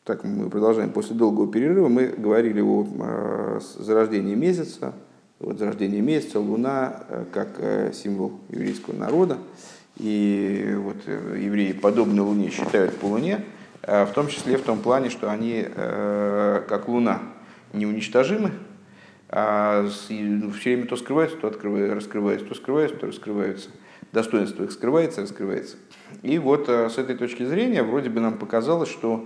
Так, мы продолжаем. После долгого перерыва мы говорили о зарождении месяца. Вот зарождение месяца, Луна как символ еврейского народа. И вот евреи, подобно Луне, считают по Луне, в том числе в том плане, что они, как Луна, неуничтожимы, а все время то скрываются, то раскрываются, то скрываются, то раскрываются. Достоинство их скрывается, раскрывается. И вот с этой точки зрения вроде бы нам показалось, что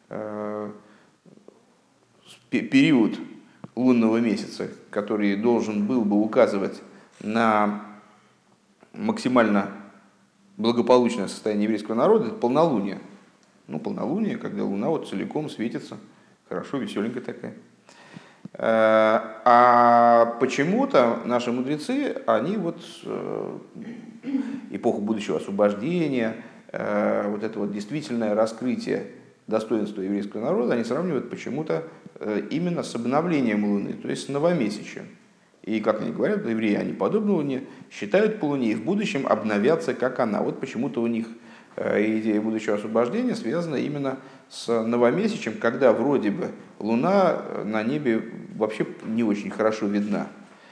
период лунного месяца, который должен был бы указывать на максимально благополучное состояние еврейского народа, это полнолуние. Ну, полнолуние, когда луна вот целиком светится, хорошо, веселенькая такая. А почему-то наши мудрецы, они вот эпоху будущего освобождения, вот это вот действительное раскрытие достоинства еврейского народа, они сравнивают почему-то именно с обновлением Луны, то есть с новомесячем. И, как они говорят, евреи, они подобны Луне, считают по Луне и в будущем обновятся, как она. Вот почему-то у них идея будущего освобождения связана именно с новомесячем, когда вроде бы Луна на небе вообще не очень хорошо видна,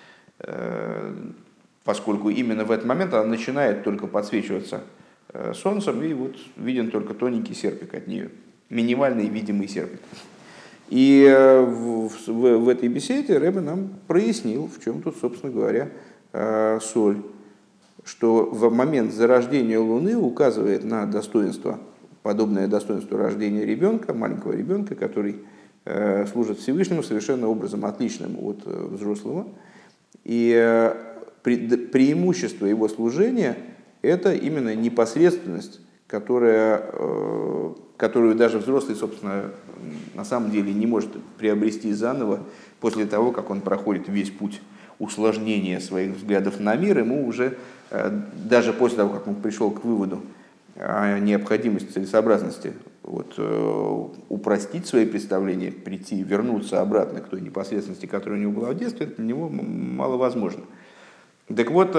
поскольку именно в этот момент она начинает только подсвечиваться солнцем, и вот виден только тоненький серпик от нее, минимальный видимый серпик. И в этой беседе Ребе нам прояснил, в чем тут, собственно говоря, соль, что в момент зарождения Луны указывает на достоинство, подобное достоинству рождения ребенка, маленького ребенка, который служит Всевышнему совершенно образом отличным от взрослого. И преимущество его служения – это именно непосредственность, которую даже взрослый, собственно, на самом деле не может приобрести заново после того, как он проходит весь путь усложнения своих взглядов на мир. Ему уже, даже после того, как он пришел к выводу о необходимости, целесообразности упростить свои представления, прийти, вернуться обратно к той непосредственности, которая у него была в детстве, для него маловозможно. Так вот,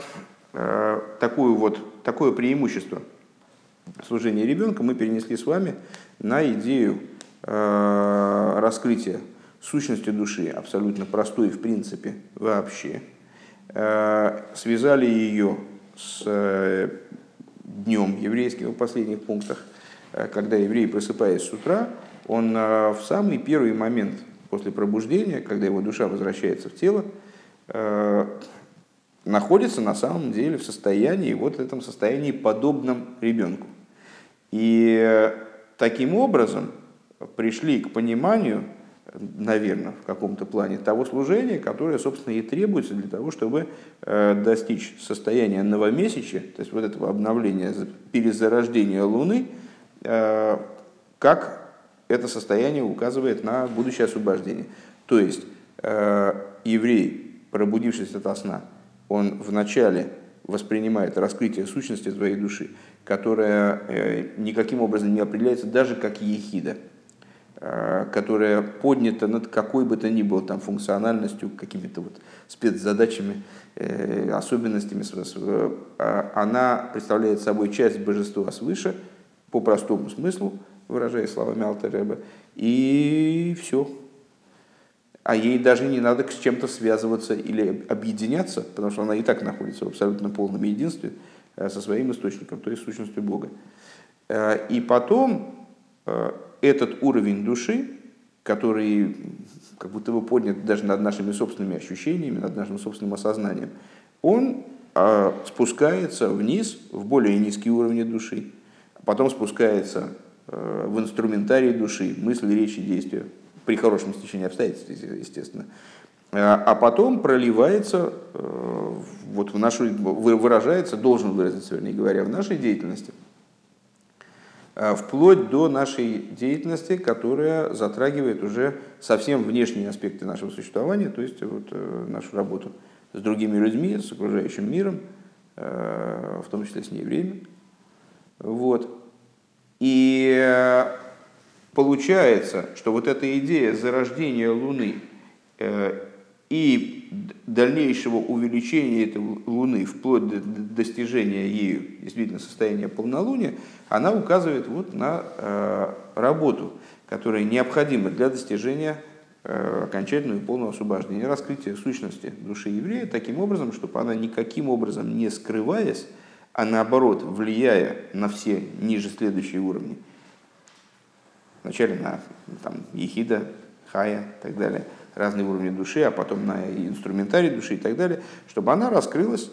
такое преимущество служения ребенка мы перенесли с вами на идею раскрытия сущности души, абсолютно простой в принципе вообще. Связали ее с днем еврейским в последних пунктах, когда еврей, просыпаясь с утра, он в самый первый момент после пробуждения, когда его душа возвращается в тело, находится на самом деле в состоянии, вот этом состоянии подобном ребенку. И таким образом пришли к пониманию, наверное, в каком-то плане того служения, которое, собственно, и требуется для того, чтобы достичь состояния новомесячия, то есть вот этого обновления, перезарождения Луны, как это состояние указывает на будущее освобождение. То есть еврей, пробудившись ото сна, он вначале воспринимает раскрытие сущности своей души, которая никаким образом не определяется даже как ехида, которая поднята над какой бы то ни было там функциональностью, какими-то вот спецзадачами, особенностями. Она представляет собой часть божества свыше, по простому смыслу, выражая словами Алтер Ребе, и все. А ей даже не надо с чем-то связываться или объединяться, потому что она и так находится в абсолютно полном единстве со своим источником, то есть сущностью Бога. И потом этот уровень души, который как будто бы поднят даже над нашими собственными ощущениями, над нашим собственным осознанием, он спускается вниз, в более низкие уровни души, потом спускается в инструментарий души, мысли, речи, действия, при хорошем стечении обстоятельств, естественно, а потом проливается, вот в нашу, выражается, должен выразиться, вернее говоря, в нашей деятельности, вплоть до нашей деятельности, которая затрагивает уже совсем внешние аспекты нашего существования, то есть вот нашу работу с другими людьми, с окружающим миром, в том числе с неевреями. Вот. И получается, что вот эта идея зарождения Луны и дальнейшего увеличения этой Луны вплоть до достижения ею действительно состояния полнолуния, она указывает вот на работу, которая необходима для достижения окончательного и полного освобождения, раскрытия сущности души еврея таким образом, чтобы она никаким образом не скрываясь, а наоборот, влияя на все ниже следующие уровни, вначале на ехида, хая и так далее, разные уровни души, а потом на инструментарий души и так далее, чтобы она раскрылась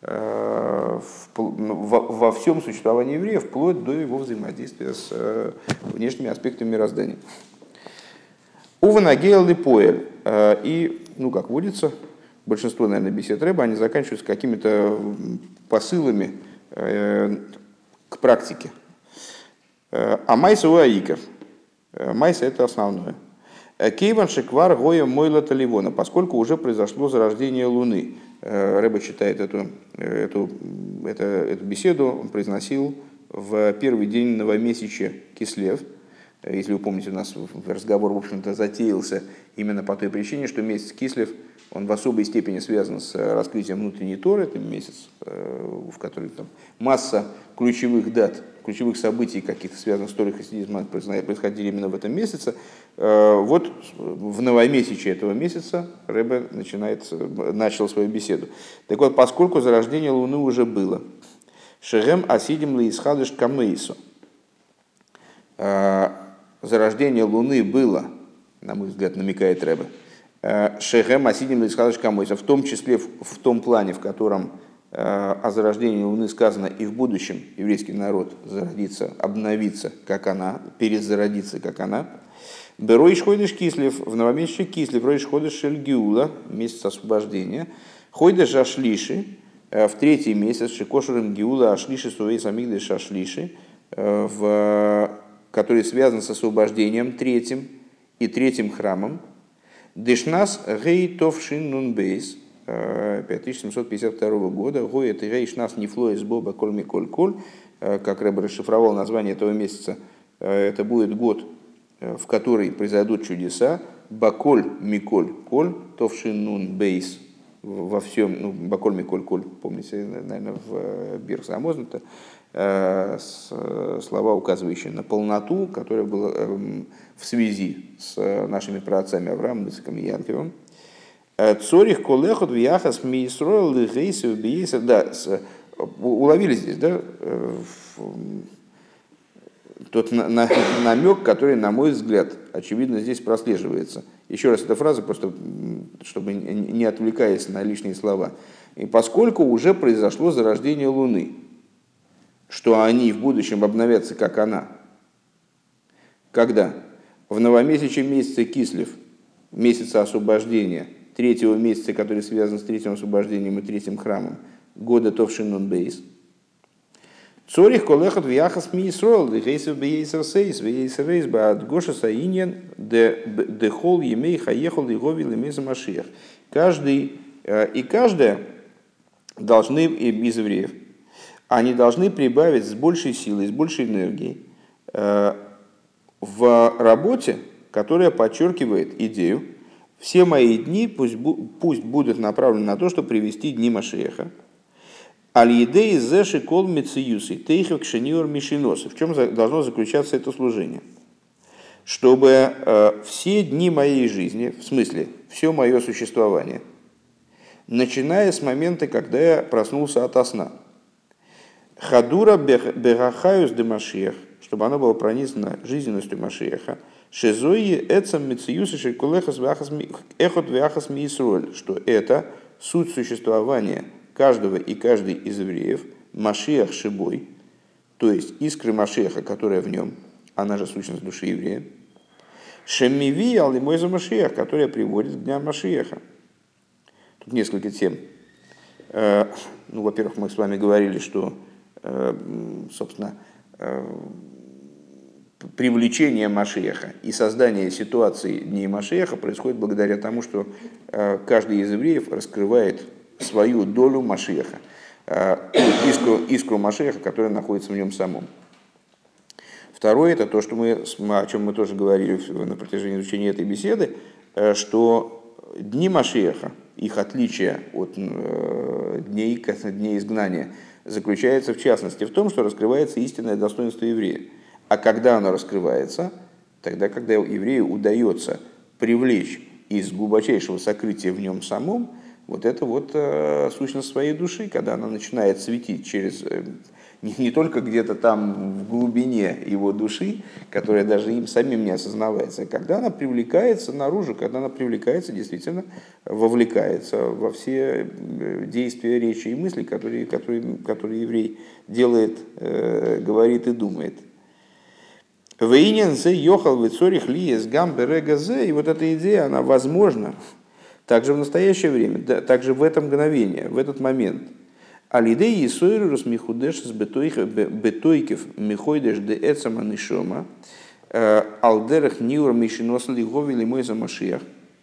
во всем существовании еврея, вплоть до его взаимодействия с внешними аспектами мироздания. Уванагейл и поэль. И, как водится, большинство, наверное, бесед Рэба, они заканчиваются какими-то посылами к практике. А майса у аиков. Майса — это основное. Кейван шеквар гоя мойла таливона, поскольку уже произошло зарождение Луны. Рэба читает эту беседу, он произносил в первый день новомесяча Кислев. Если вы помните, у нас разговор, в общем-то, затеялся именно по той причине, что месяц Кислев, он в особой степени связан с раскрытием внутренней Торы. Это месяц, в который масса ключевых дат, ключевых событий, каких-то связанных с Торой и хасидизмом, происходили именно в этом месяце. Вот в новомесяче этого месяца Ребе начал свою беседу. Так вот, поскольку зарождение Луны уже было, Шегем асидим леисхадыш камейсу, зарождение Луны было, на мой взгляд, намекает Ребе, Шегем асидим леисхадыш камейсу, в том числе в том плане, в котором о зарождении Луны сказано, и в будущем еврейский народ зародится, обновится, как она, перезародится, как она. Беройш ходыш Кислев, в новомесяче Кислев, Ройш ходыш Шельгиула, месяц освобождения, ходыш Ашлиши, в третий месяц, Шикошерем Гиула Ашлиши, Суэй Самигдыш Ашлиши, который связан с освобождением третьим и третьим храмом. Дышнас Гей Товшин Нунбейс, 5752 года, Гоет Гей Шнас Нифлоис Боба Кольми Коль Коль, как Рэбе расшифровал название этого месяца, это будет год, в который произойдут чудеса, Баколь Миколь Коль, Товшин Нун Бейс, во всем, Баколь Миколь Коль, помните, наверное, в Бирх Самознута, слова, указывающие на полноту, которая была в связи с нашими праотцами Авраамом, Ицхаком и Яковом. Цорих колехот вяхас миисроил лихейсев биесев. Да, уловили здесь, да, тот намек, который, на мой взгляд, очевидно здесь прослеживается. Еще раз эта фраза, просто чтобы не отвлекаясь на лишние слова. И поскольку уже произошло зарождение Луны, что они в будущем обновятся, как она. Когда? В новомесяче месяца Кислев, месяца освобождения, третьего месяца, который связан с третьим освобождением и третьим храмом, года Товшин Нун Бейс. Цорих колехот вяхас миисроил, дехейсев бейсер сейс, бейсер рейс, баат гоша саиньян, дехол емей хаехол и говил и меза машиях. Каждый и каждая должны, из евреев, они должны прибавить с большей силой, с большей энергией в работе, которая подчеркивает идею: все мои дни пусть будут направлены на то, чтобы привести дни Машиаха. Аль-Едей зеши кол мециюсы, тейхак шениор мишиносы. В чем должно заключаться это служение? Чтобы все дни моей жизни, в смысле, все мое существование, начиная с момента, когда я проснулся ото сна, хадура бегахаюс де Машиах, чтобы оно было пронизано жизненностью Машиаха, шезои эцам мециюсы шекулехас эхот вяхас миисроль, что это суть существования каждого и каждой из евреев, Машиах Шибой, то есть искры Машиаха, которая в нем, она же сущность души еврея, Шемиви Алимойза Машиах, которая приводит к дням Машиаха. Тут несколько тем. Во-первых, мы с вами говорили, что, собственно, привлечение Машиаха и создание ситуации дней Машиаха происходит благодаря тому, что каждый из евреев раскрывает свою долю Машиаха, искру Машиаха, которая находится в нем самом. Второе, это то, что о чем мы тоже говорили на протяжении изучения этой беседы, что дни Машиаха, их отличие от дней изгнания заключается в частности в том, что раскрывается истинное достоинство еврея. А когда оно раскрывается? Тогда, когда еврею удается привлечь из глубочайшего сокрытия в нем самом вот эту вот сущность своей души, когда она начинает светить через не только где-то там в глубине его души, которая даже им самим не осознавается, а когда она привлекается наружу, когда она привлекается, действительно вовлекается во все действия, речи и мысли, которые еврей делает, говорит и думает. Вейнен зе йохал вецорих лиес гам берега зе. И вот эта идея, она возможна также в настоящее время, также в это мгновение, в этот момент. Алидей и сойрус михудеш с бетойкев михойдеш де эцама нишома алдерах ниур мишинос лигови лимой за машиях.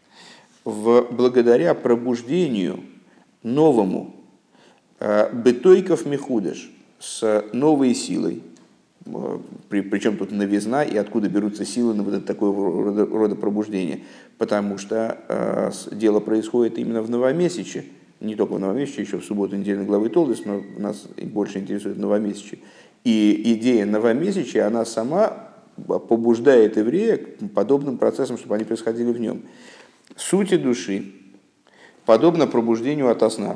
Благодаря пробуждению новому бетойков михудеш с новой силой. Причем тут новизна и откуда берутся силы на вот это такое рода пробуждение. Потому что дело происходит именно в новомесяче. Не только в новомесяче, еще в субботу недельной главы Толдос, но нас больше интересует новомесяче. И идея новомесяча, она сама побуждает еврея к подобным процессам, чтобы они происходили в нем. Сути души подобно пробуждению ото сна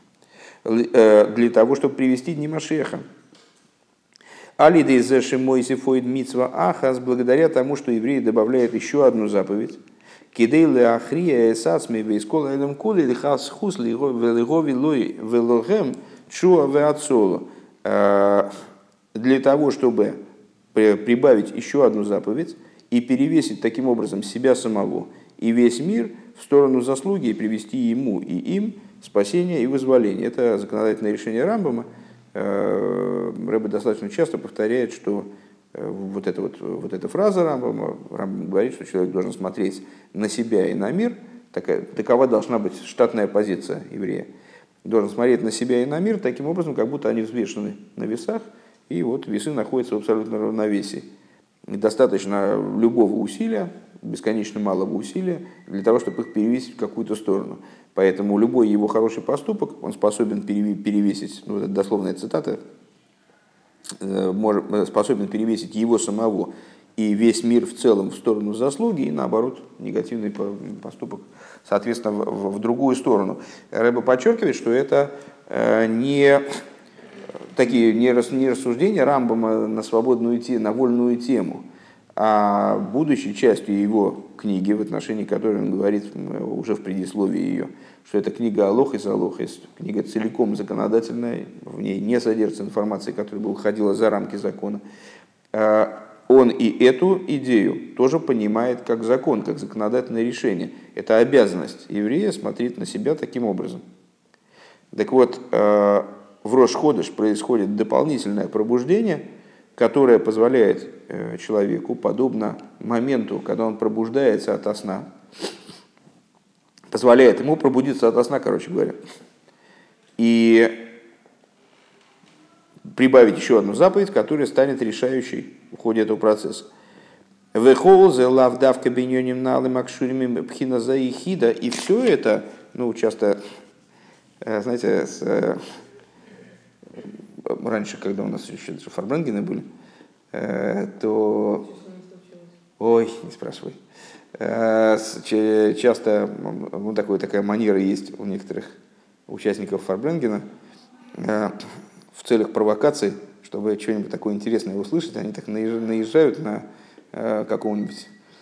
для того, чтобы привести дни Машеха. Алидей зеши мойсифоид митцва ахас, благодаря тому, что евреи добавляют еще одну заповедь. Кидей леахрия эсацми вейскола элем кули лихас хус лигови лой велогем чуа веацолу. Для того, чтобы прибавить еще одну заповедь и перевесить таким образом себя самого и весь мир в сторону заслуги и привести ему и им спасение и вызволение. Это законодательное решение Рамбама. Рэбе достаточно часто повторяет, что вот эта фраза Рамбам говорит, что человек должен смотреть на себя и на мир. Такова должна быть штатная позиция еврея. Должен смотреть на себя и на мир таким образом, как будто они взвешены на весах, и вот весы находятся в абсолютном равновесии. Достаточно любого усилия, бесконечно малого усилия, для того, чтобы их перевесить в какую-то сторону. Поэтому любой его хороший поступок, он способен перевесить, ну, это дословная цитата, способен перевесить его самого и весь мир в целом в сторону заслуги, и наоборот, негативный поступок, соответственно, в другую сторону. Рэбе подчеркивает, что это не рассуждения Рамбама на свободную на вольную тему, а будучи частью его книги, в отношении которой он говорит уже в предисловии ее, что это книга Алохис Алохис, книга целиком законодательная, в ней не содержится информации, которая бы выходила за рамки закона, он и эту идею тоже понимает как закон, как законодательное решение. Это обязанность еврея смотреть на себя таким образом. Так вот, в Рош-ходеш происходит дополнительное пробуждение, которое позволяет человеку, подобно моменту, когда он пробуждается ото сна, позволяет ему пробудиться ото сна, короче говоря, и прибавить еще одну заповедь, которая станет решающей в ходе этого процесса. И все это, ну, часто, знаете, раньше, когда у нас еще фарбренгены были, то... Ой, не спрашивай. Часто ну, такая манера есть у некоторых участников фарбренгена в целях провокации, чтобы что-нибудь такое интересное услышать, они так наезжают на какого-нибудь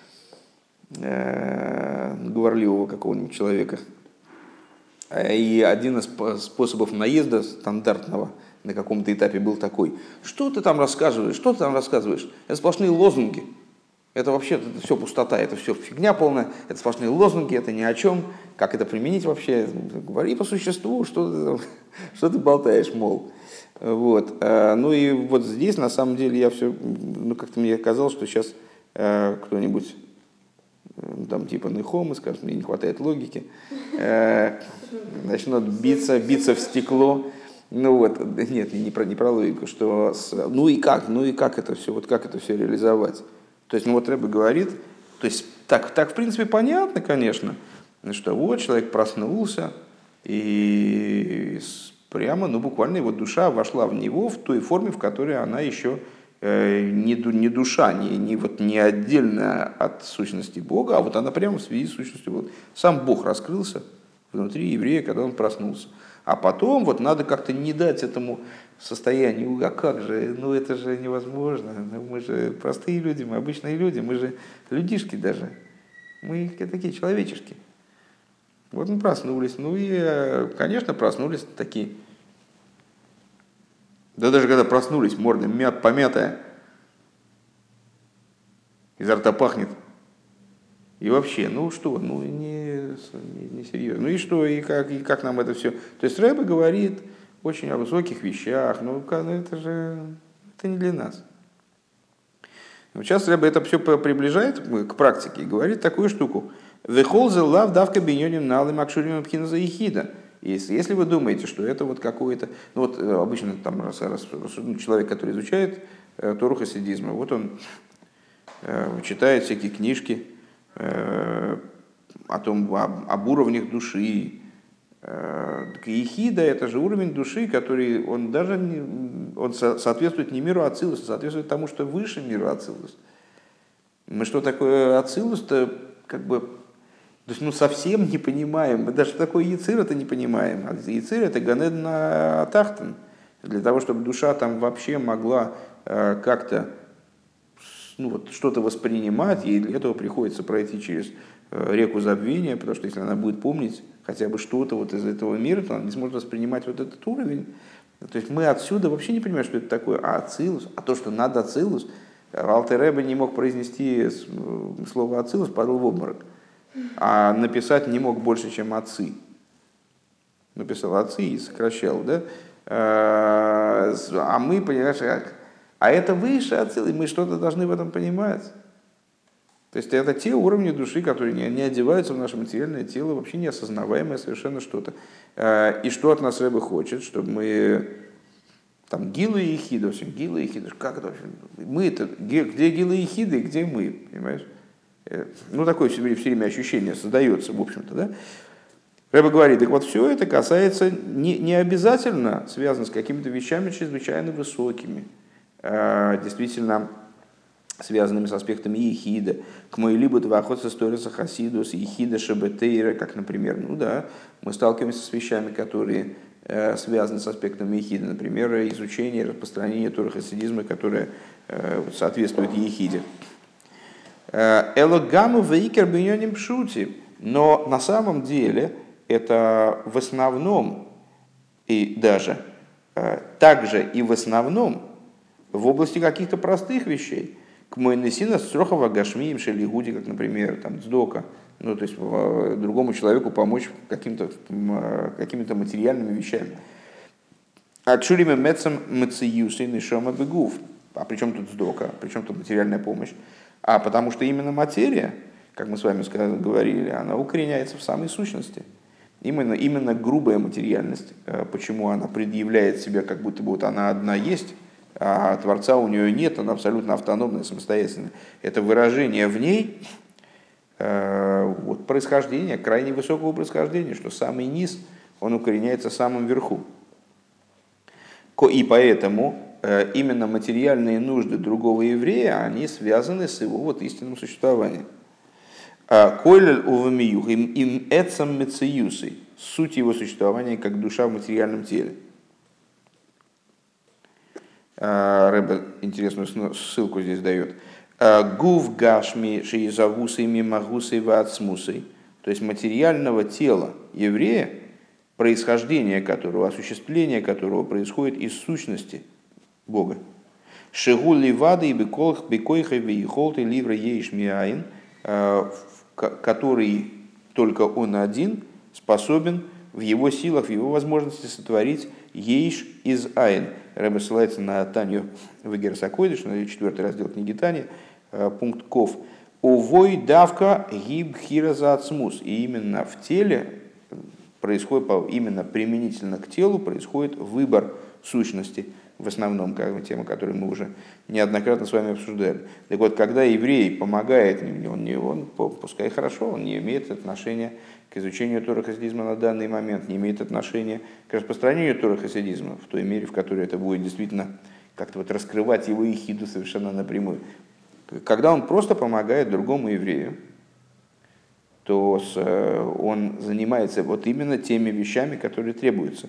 говорливого какого-нибудь человека. И один из способов наезда стандартного на каком-то этапе был такой: что ты там рассказываешь, что ты там рассказываешь? Это сплошные лозунги. Это вообще это все пустота, это все фигня полная, это сплошные лозунги, это ни о чем. Как это применить вообще? Говори по существу, что ты болтаешь, мол. Вот. Ну и вот здесь, на самом деле, я все, ну как-то мне казалось, что сейчас кто-нибудь, там типа Нехома, скажет, мне не хватает логики, начнут биться в стекло. Ну вот, нет, не про логику, что ну и как это все, вот как это все реализовать. То есть, ну вот Рэбе говорит, то есть так в принципе понятно, конечно, что вот человек проснулся, и прямо, буквально его душа вошла в него в той форме, в которой она еще не душа, не отдельная от сущности Бога, а вот она прямо в связи с сущностью Бога. Сам Бог раскрылся внутри еврея, когда он проснулся. А потом вот надо как-то не дать этому состоянию, а как же, это же невозможно, мы же простые люди, мы обычные люди, мы же людишки даже, мы такие человечешки. Вот мы проснулись, конечно, проснулись такие. Да даже когда проснулись, морда помятая, изо рта пахнет. И вообще, не серьезно. И что, и как нам это все... То есть Рэбе говорит очень о высоких вещах, это не для нас. Сейчас Рэбе это все приближает к практике и говорит такую штуку. «Вехолзе лав давка биньоним налым акшурим пхиназа ехида». Если вы думаете, что это вот какое-то... обычно там человек, который изучает Тору хасидизма, вот он читает всякие книжки об уровнях души. Ехида — это же уровень души, который он соответствует не миру Ацилус, а соответствует тому, что выше мира Ацилус. Мы что такое Ацилус-то совсем не понимаем. Мы даже такое Яцир-то не понимаем. Яцир — это Ганеден Атахтен. Для того, чтобы душа там вообще могла как-то что-то воспринимать, ей для этого приходится пройти через реку забвения, потому что если она будет помнить хотя бы что-то вот из этого мира, то она не сможет воспринимать вот этот уровень. То есть мы отсюда вообще не понимаем, что это такое. А Ацилус, а то, что надо Ацилус, Алтер Ребе не мог произнести слово Ацилус, падал в обморок. А написать не мог больше, чем отцы. Написал отцы и сокращал, да? А мы, понимаешь, а это выше отцы, и мы что-то должны в этом понимать. То есть это те уровни души, которые не одеваются в наше материальное тело, вообще неосознаваемое совершенно что-то. И что от нас Ребе хочет, чтобы мы там Гила и Ехида, Гила и Ехида, как это вообще? Мы-то, где Гила и Ехида и где мы, понимаешь? Такое все время ощущение создается, в общем-то, да? Ребе говорит, так вот все это касается не обязательно связано с какими-то вещами чрезвычайно высокими, действительно связанными с аспектами ехида, к моей-либо твахот со сториса хасидус, ехида шабетейра, как, например, мы сталкиваемся с вещами, которые связаны с аспектами ехида, например, изучение и распространение Торы хасидизма, которое соответствует ехиде. Элогаму вейкер биньоним пшути. Но на самом деле это в основном и даже также и в основном в области каких-то простых вещей. К моенесина строхова гашмием шелигуди, как, например, там цдока, то есть другому человеку помочь какими-то материальными вещами. А чуриме мецам мециюсы нишома бегув. А при чем тут цдока? При чем тут материальная помощь? А потому что именно материя, как мы с вами говорили, она укореняется в самой сущности. Именно грубая материальность, почему она предъявляет себя, как будто бы вот она одна есть, а Творца у нее нет, она абсолютно автономная, самостоятельная. Это выражение в ней происхождения, крайне высокого происхождения, что самый низ, он укореняется в самом верху. И поэтому именно материальные нужды другого еврея, они связаны с его истинным существованием. Койлель увамиюх им эцам мециюсой, суть его существования как душа в материальном теле. Рэбе интересную ссылку здесь дает. Гув гашми шиизавусой мимагусой ваацмусой, то есть материального тела еврея, происхождение которого, осуществление которого происходит из сущности Бога. Шигули вады и бекойха вейхолты ливра ейш миаин, который только он один способен в его силах, в его возможности сотворить ейш из айн. Рэбе ссылается на Танью Вегерас Акойдыш, на 4 раздел книги Тани, пункт Ков. Овой давка гиб хира за ацмус. И именно в теле происходит, именно применительно к телу происходит выбор сущности. в основном, как тема, которую мы уже неоднократно с вами обсуждали. Так вот, когда еврей помогает, пускай хорошо, он не имеет отношения к изучению Торы хасидизма на данный момент, не имеет отношения к распространению Торы хасидизма в той мере, в которой это будет действительно как-то вот раскрывать его ихиду совершенно напрямую. Когда он просто помогает другому еврею, то он занимается вот именно теми вещами, которые требуются.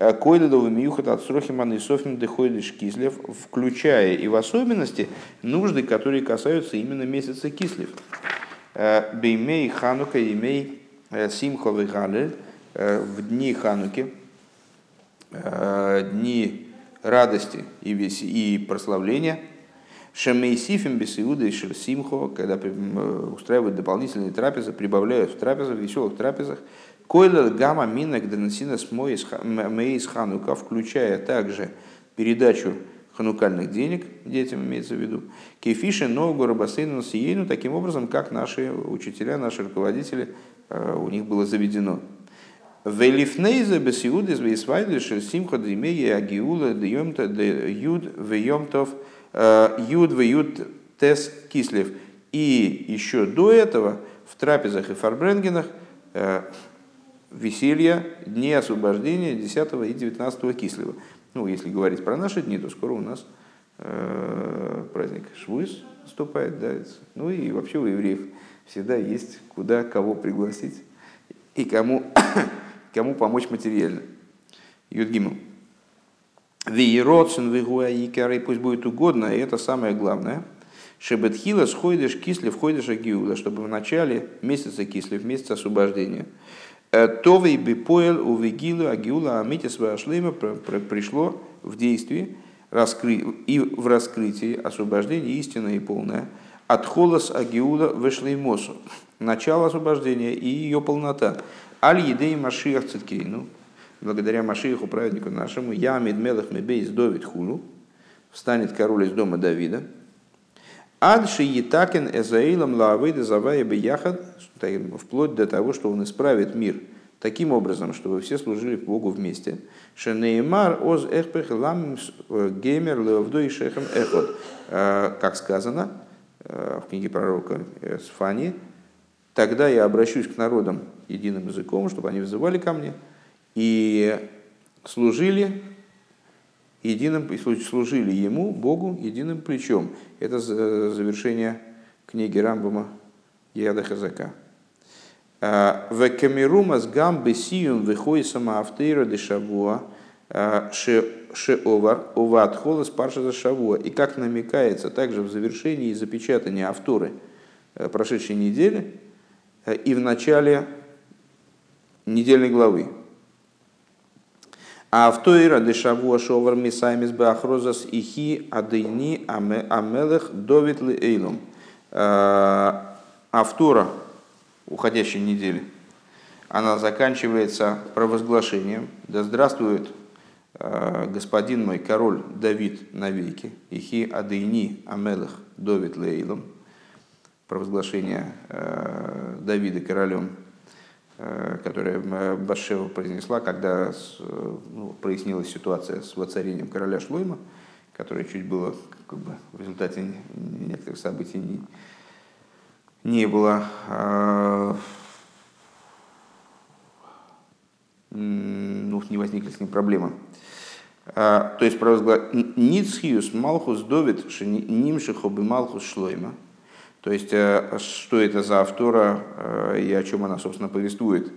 Включая и в особенности нужды, которые касаются именно месяца Кислев. Беймей Ханука, имей Симха Вегалель, в дни Хануки, дни радости и прославления, Шемейсифим бесиуда и Шерсимхо, когда устраивают дополнительные трапезы, прибавляют в трапезах, в веселых трапезах, Койлер гамма минок доносинас мейс Ханука, включая также передачу ханукальных денег детям, имеется в виду, кефиши нового рабасейну сиену, таким образом, как наши учителя, наши руководители, у них было заведено. Велифнейза бесиуда звейсвайды Шерсимхо димея агиула дьемта юд вьемтов юд вьюд тес кислев. И еще до этого в трапезах и фарбренгенах веселья, дни освобождения 10 и 19 кислева. Ну, если говорить про наши дни, то скоро у нас праздник Швуис наступает. Да? Ну и вообще у евреев всегда есть куда кого пригласить и кому помочь материально. Юдгиму. Виеродсен вигуаикары, пусть будет угодно, и это самое главное. Шебетхила сходишь кислев, ходишь агиула, чтобы в начале месяца кислев, месяца освобождения, Товей бипоэл у вигилу агиула амитис вашлейма пришло в действии и в раскрытии освобождения истинное и полное от холос агиула вешлеймосу, начало освобождения и ее полнота. Аль едей машиах циткейну, благодаря Машиаху, праведнику нашему, я мидмелах мебейс довид хулу, встанет король из дома Давида. Адши етакен эзаилам лаавейда завая бияхад, вплоть до того, что он исправит мир таким образом, чтобы все служили Богу вместе. Шенеймар оз эхпех лам геймер леовдой шехем эхот. Как сказано в книге пророка Сфани, тогда я обращусь к народам единым языком, чтобы они взывали ко мне и служили ему, Богу, единым плечом. Это завершение книги Рамбама Яда Хазака. В камерумас гам бесиум выхой самоавтейра де шавуа шеовар оват холос парша за шавуа. И как намекается также в завершении и запечатании авторы прошедшей недели и в начале недельной главы. Автоира дешавуа шовар мисаймис беахрозас ихи адейни амелех довид ли эйлом. Автора уходящей недели, она заканчивается провозглашением: да здравствует господин мой король Давид навеки. Ихи адейни амелех довид ли эйлом. Провозглашение Давида королем, которое Батшева произнесла, когда прояснилась ситуация с воцарением короля Шлойма, которое чуть было в результате некоторых событий не было не возникли с ним проблемы. То есть Ницхиус Малхус Довид Нимшихо бы Малхус Шлойма. То есть, что это за автора и о чем она, собственно, повествует,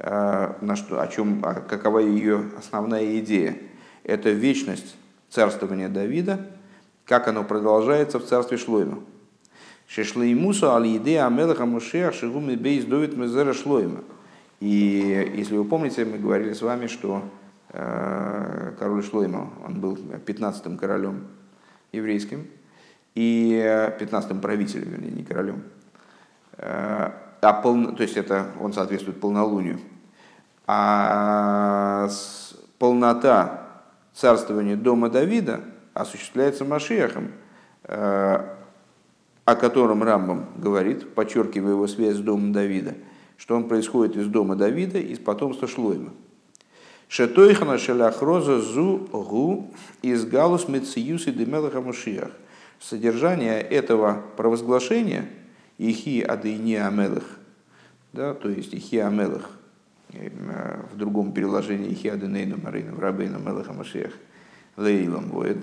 какова ее основная идея. Это вечность царствования Давида, как оно продолжается в царстве Шлойма. Шешлеймуса аль-еде амелаха мушеах шигуми бейс довид мезера Шлойма. И если вы помните, мы говорили с вами, что король Шлойма, он был 15-м королем еврейским, и 15-м правителем, вернее, не королем. То есть это он соответствует полнолунию. А полнота царствования дома Давида осуществляется Машиахом, о котором Рамбам говорит, подчеркивая его связь с домом Давида, что он происходит из дома Давида, из потомства Шлойма. Шетойхана шеляхроза зу гу из галус мециюси демелаха Машиах. Содержание этого провозглашения ихи адыни амелах, да, то есть ихи амелах, в другом переложении ихи адынейну марину рабейну мелаха Машиах лейлом будет.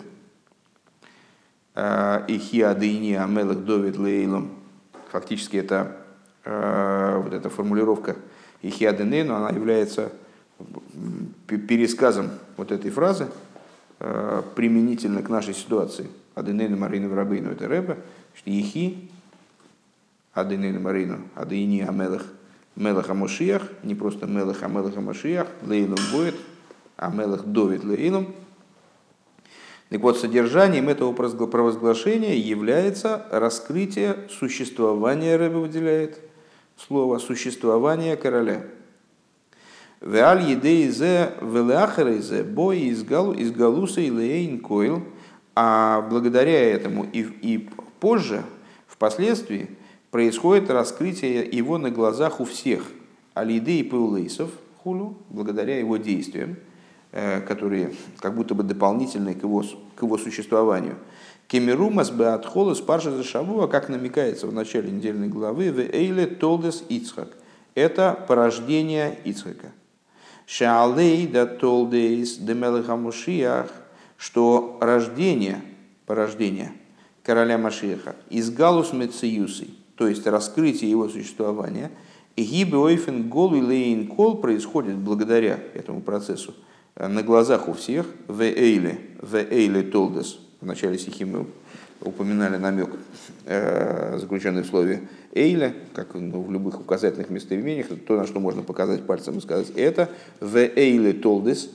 Ихи адыни амелах довид лейлом. Фактически это вот эта формулировка ихи адынейну, она является пересказом вот этой фразы применительно к нашей ситуации. Адынейну марину рабейну это рэбе, ихи адынейну марину адыни амелах мелаха Машиах, не просто мелах, а мелаха Машиах, лейлом будет, а мелах довид лейлом. Так вот, содержанием этого провозглашения является раскрытие существования, рэбе выделяет слово, существования короля. Веаль едейзе велеахерейзе бой из галуса и лейн койл, а благодаря этому и позже, впоследствии, происходит раскрытие его на глазах у всех. Аль-Идей Пеулейсов, хулю, благодаря его действиям, которые как будто бы дополнительны к его существованию. Кемерумас беатхолос парша за шавуа, как намекается в начале недельной главы, в эйле толдес Ицхак. Это порождение Ицхака. Шаалей да толдес демелеха Машиах, что порождение короля Машиаха из галус мециюсы, то есть раскрытие его существования, и гибе ойфен гол и лейн кол происходит благодаря этому процессу на глазах у всех. В эйле толдес. В начале стихи мы упоминали намек, заключенный в слове эйле, как в любых указательных местоимениях, это то, на что можно показать пальцем и сказать это. В эйле толдес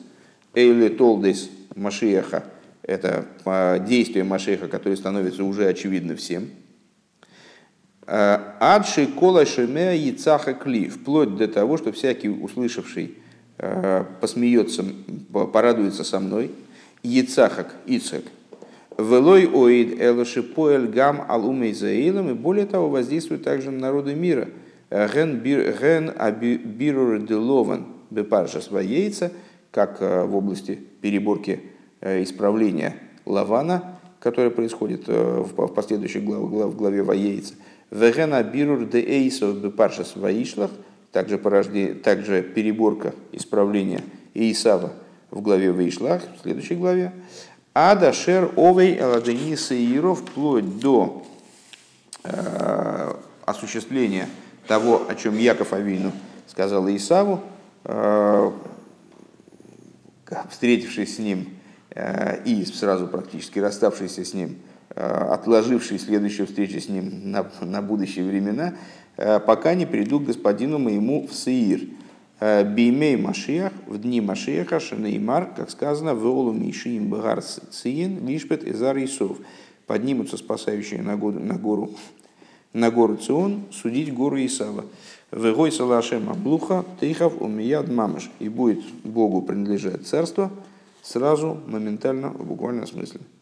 Машиаха, это действие Машиаха, которое становится уже очевидно всем. Адши кола шемеа яцаха кли, вплоть до того, что всякий услышавший посмеется, порадуется со мной. Яцахак, Ицхак. Велой оид элоши поэль гам алумей заилом, и более того воздействует также на народы мира. Ген абирур делован бепарша своейца, как в области переборки исправления Лавана, которое происходит в последующих главах, в главе Ваейца. Вегена бирур де эйсов бепаршас ваишлах, также переборка исправления Исава в главе Ваишлах, в следующей главе. Ада шер овей аладени сеиров, вплоть до осуществления того, о чем Яков Авину сказал Исаву, встретившись с ним и сразу практически расставшийся с ним, отложивший следующую встречу с ним на будущие времена, пока не приду к господину моему в Сеир. Беймей Машиах, в дни Машиаха, Шанеймар, как сказано, Веолу Мишиим Багар Циин, Лишпет Изар Исов. Поднимутся спасающие на гору Цион, судить гору Исава. Вегой Салашем Аблуха, Тейхав Умияд Мамаш. И будет Богу принадлежать царство сразу, моментально, в буквальном смысле.